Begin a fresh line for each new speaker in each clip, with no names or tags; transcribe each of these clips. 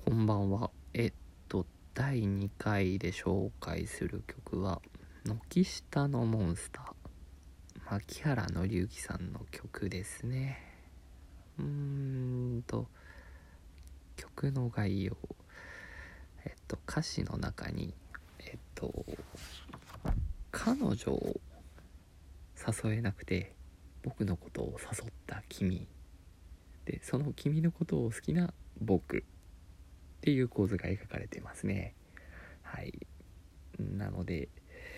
こんばんは。第2回で紹介する曲は軒下のモンスター、牧原紀之さんの曲ですね。曲の概要、歌詞の中に彼女を誘えなくて僕のことを誘った君で、その君のことを好きな僕っていう構図が描かれていますね。はい。なので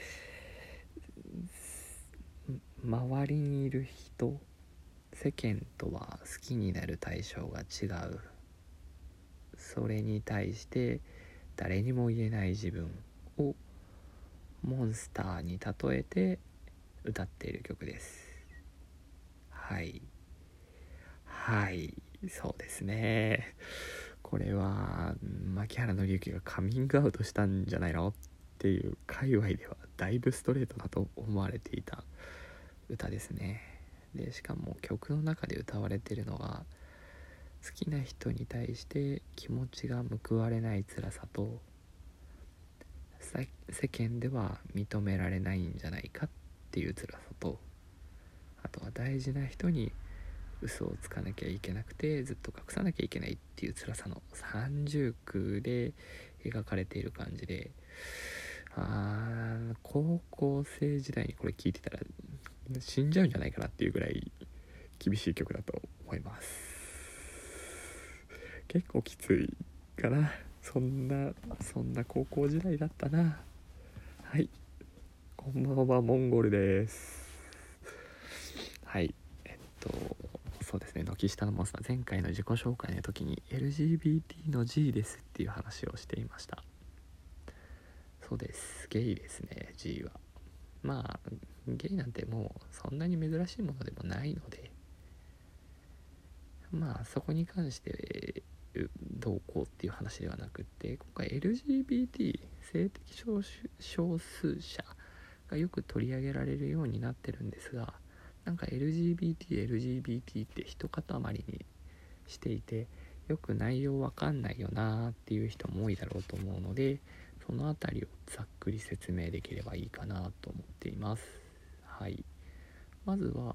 周りにいる人、世間とは好きになる対象が違う。それに対して誰にも言えない自分をモンスターに例えて歌っている曲です。はいそうですね。これは牧原紀之がカミングアウトしたんじゃないのっていう界隈ではだいぶストレートだと思われていた歌ですね。でしかも曲の中で歌われているのが、好きな人に対して気持ちが報われない辛さと、世間では認められないんじゃないかっていう辛さと、あとは大事な人に嘘をつかなきゃいけなくてずっと隠さなきゃいけないっていう辛さの三重苦で描かれている感じで、高校生時代にこれ聴いてたら死んじゃうんじゃないかなっていうぐらい厳しい曲だと思います。結構きついかな。そんな高校時代だったな。はい、こんばんは、モンゴルです。はい、そうですね、軒下のモンスター、前回の自己紹介の時に LGBT の G ですっていう話をしていました。そうです、ゲイですね、 G は。まあゲイなんてもうそんなに珍しいものでもないので、まあそこに関してどうこうっていう話ではなくって、今回 LGBT 性的少数者がよく取り上げられるようになってるんですが、なんか LGBT って一塊にしていてよく内容わかんないよなっていう人も多いだろうと思うので、そのあたりをざっくり説明できればいいかなと思っています。はい、まずは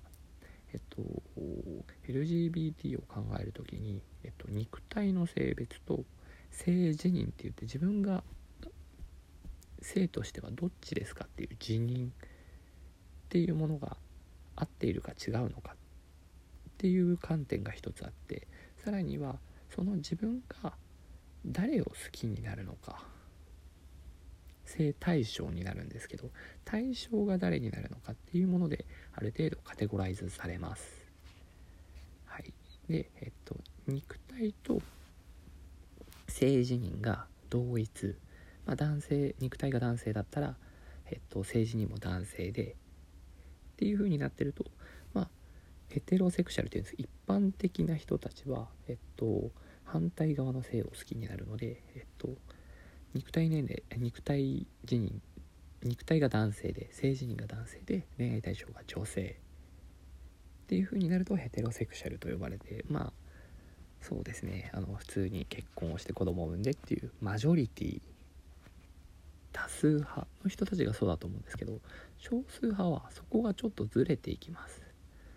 LGBT を考えるときに、肉体の性別と性自認って言って、自分が性としてはどっちですかっていう自認っていうものが合っているか違うのかっていう観点が一つあって、さらにはその自分が誰を好きになるのか、性対象になるんですけど、対象が誰になるのかっていうものである程度カテゴライズされます。はい。で、肉体と性自認が同一、男性、肉体が男性だったら、性自認も男性でっていう風になってると、ヘテロセクシャルというんです。一般的な人たちは、反対側の性を好きになるので、肉体年齢、肉体自認、肉体が男性で性自認が男性で恋愛対象が女性っていう風になるとヘテロセクシャルと呼ばれて、そうですね、普通に結婚をして子供を産んでっていうマジョリティ、多数派の人たちがそうだと思うんですけど、少数派はそこがちょっとずれていきます。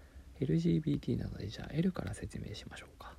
LGBT なので、じゃあ L から説明しましょうか。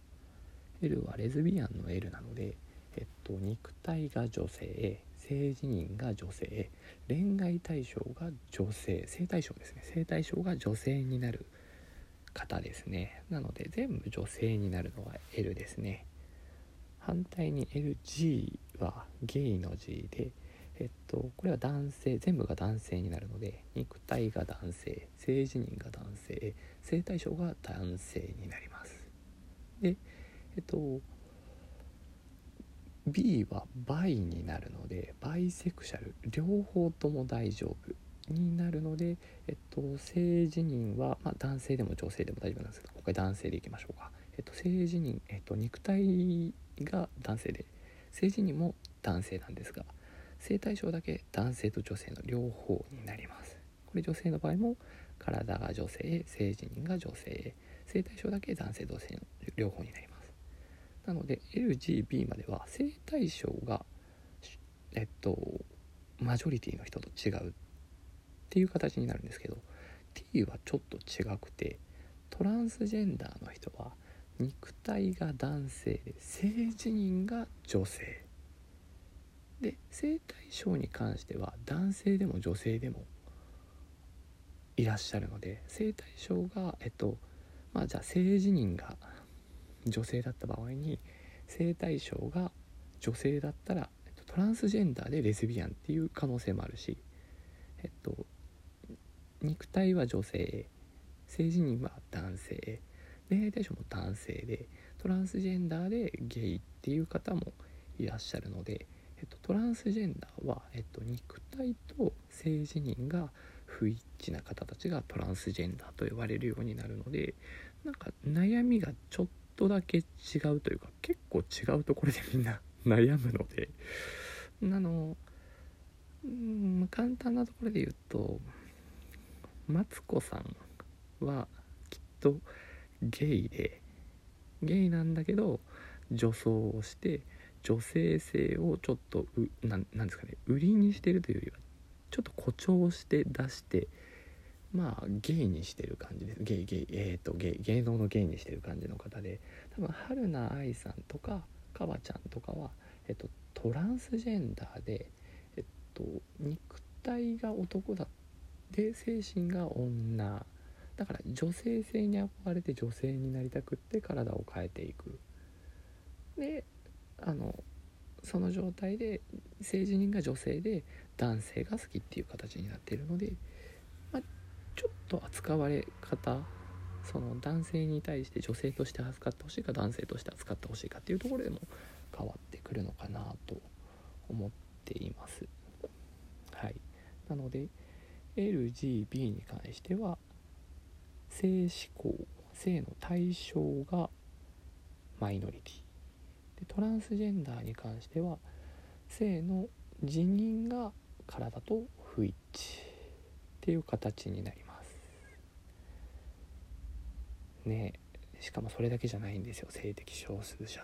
L はレズビアンの L なので、肉体が女性、性自認が女性、恋愛対象が女性、性対象ですね、性対象が女性になる方ですね。なので全部女性になるのが L ですね。反対に LG はゲイの G で、これは男性、全部が男性になるので、肉体が男性、性自認が男性、性対象が男性になります。で、B はバイになるので、バイセクシャル、両方とも大丈夫になるので、性自認は、男性でも女性でも大丈夫なんですけど、今回男性でいきましょうか。性自認、肉体が男性で性自認も男性なんですが、性対象だけ男性と女性の両方になります。これ女性の場合も体が女性、性自認が女性、性対象だけ男性同性の両方になります。 なので LGB までは性対象がマジョリティの人と違うっていう形になるんですけど、 T はちょっと違くて、トランスジェンダーの人は肉体が男性で性自認が女性で、性対象に関しては男性でも女性でもいらっしゃるので、性対象がじゃあ性自認が女性だった場合に、性対象が女性だったらトランスジェンダーでレズビアンっていう可能性もあるし、肉体は女性、性自認は男性、恋愛対象も男性で、トランスジェンダーでゲイっていう方もいらっしゃるので、トランスジェンダーは、肉体と性自認が不一致な方たちがトランスジェンダーと呼ばれるようになるので、なんか悩みがちょっとだけ違うというか、結構違うところでみんな悩むので、簡単なところで言うと、マツコさんはきっとゲイなんだけど女装をして女性性をちょっとなんですかね、売りにしてるというよりはちょっと誇張して出して、ゲイにしてる感じです。芸能のゲイにしてる感じの方で、多分春菜愛さんとかカバちゃんとかは、トランスジェンダーで、肉体が男だで精神が女だから、女性性に憧れて女性になりたくって体を変えていく。でその状態で性自認が女性で男性が好きっていう形になっているので、ちょっと扱われ方、その男性に対して女性として扱ってほしいか男性として扱ってほしいかっていうところでも変わってくるのかなと思っています。はい。なので LGB に関しては性思考、性の対象がマイノリティで、トランスジェンダーに関しては性の自認が体と不一致っていう形になりますね。しかもそれだけじゃないんですよ、性的少数者って。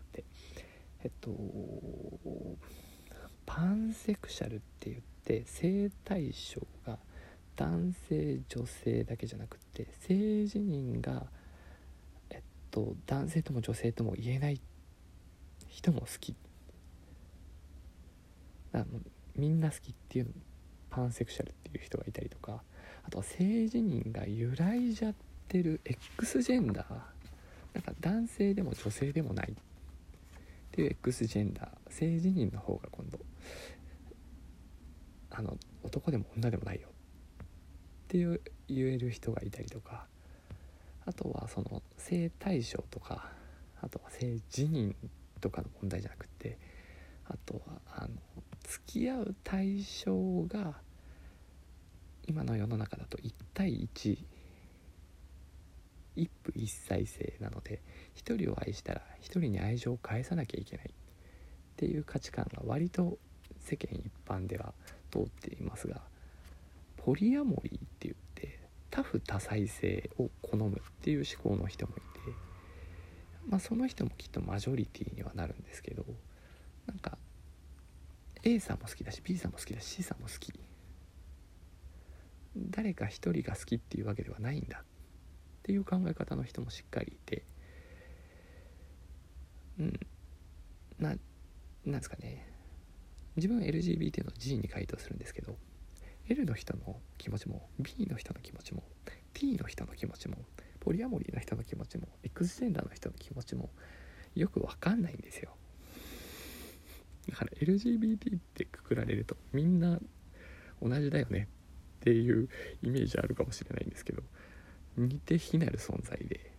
パンセクシャルって言って性対象が男性女性だけじゃなくて、性自認が男性とも女性とも言えない人も好き、みんな好きっていうパンセクシャルっていう人がいたりとか、あとは性自認が揺らいじゃってる X ジェンダー、なんか男性でも女性でもないっていう X ジェンダー、性自認の方が今度男でも女でもないよっていう言える人がいたりとか、あとはその性対象とか、あとは性自認とかの問題じゃなくて、あとは付き合う対象が今の世の中だと1対1、一夫一妻制なので、一人を愛したら一人に愛情を返さなきゃいけないっていう価値観が割と世間一般では通っていますが、ポリアモリーって言って多夫多妻制を好むっていう思考の人もいて、その人もきっとマジョリティにはなるんですけど、なんか A さんも好きだし B さんも好きだし C さんも好き、誰か一人が好きっていうわけではないんだっていう考え方の人もしっかりいて、なんですかね、自分は LGBT の G に回答するんですけど、 L の人の気持ちも B の人の気持ちも T の人の気持ちもポリアモリーの人の気持ちも X ジェンダーの人の気持ちもよく分かんないんですよ。だから LGBT ってくくられるとみんな同じだよねっていうイメージあるかもしれないんですけど、似て非なる存在で、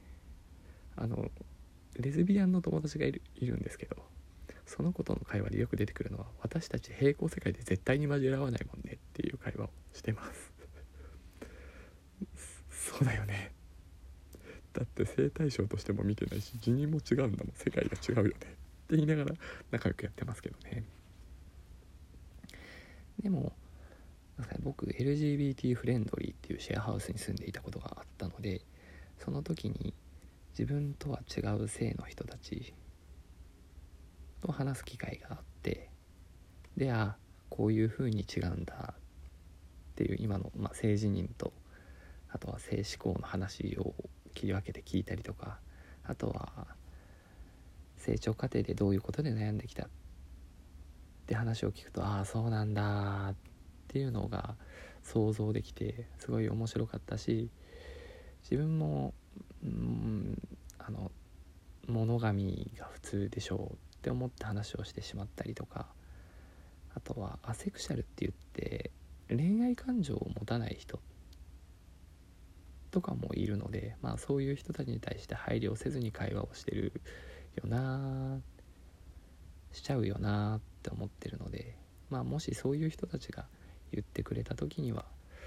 レズビアンの友達がいるんですけど、その子との会話でよく出てくるのは、私たち平行世界で絶対に交わらないもんねっていう会話をしてますそうだよね、だって性対象としても見てないし自認も違うんだもん、世界が違うよねって言いながら仲良くやってますけどね。でも僕 LGBT フレンドリーっていうシェアハウスに住んでいたことがあったので、その時に自分とは違う性の人たちと話す機会があって、でこういう風に違うんだっていう今の、性自認とあとは性思考の話を切り分けて聞いたりとか、あとは成長過程でどういうことで悩んできたって話を聞くと、そうなんだっていうのが想像できてすごい面白かったし、自分もモノガミが普通でしょうって思って話をしてしまったりとか、あとはアセクシャルって言って恋愛感情を持たない人とかもいるので、そういう人たちに対して配慮せずに会話をしてるよな、しちゃうよなって思ってるので、もしそういう人たちが言ってくれた時には、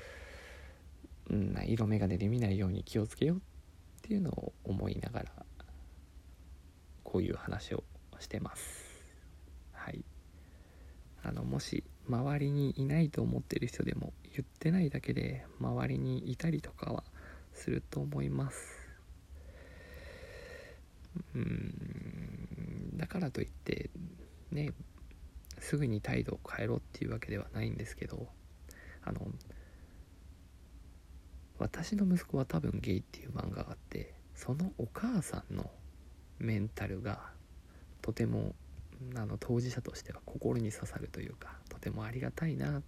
色眼鏡で見ないように気をつけようっていうのを思いながらこういう話をしてます。はい。もし周りにいないと思ってる人でも言ってないだけで周りにいたりとかはすると思います。だからといってね、すぐに態度を変えろっていうわけではないんですけど、私の息子は多分ゲイっていう漫画があって、そのお母さんのメンタルがとても当事者としては心に刺さるというか、とてもありがたいな、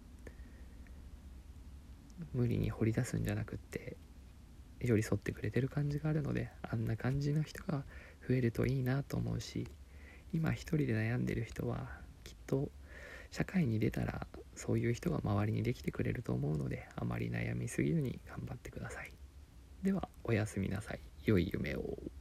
無理に掘り出すんじゃなくって寄り添ってくれてる感じがあるので、あんな感じの人が増えるといいなと思うし、今一人で悩んでる人はきっと社会に出たらそういう人が周りにできてくれると思うので、あまり悩みすぎずに頑張ってください。ではおやすみなさい。良い夢を。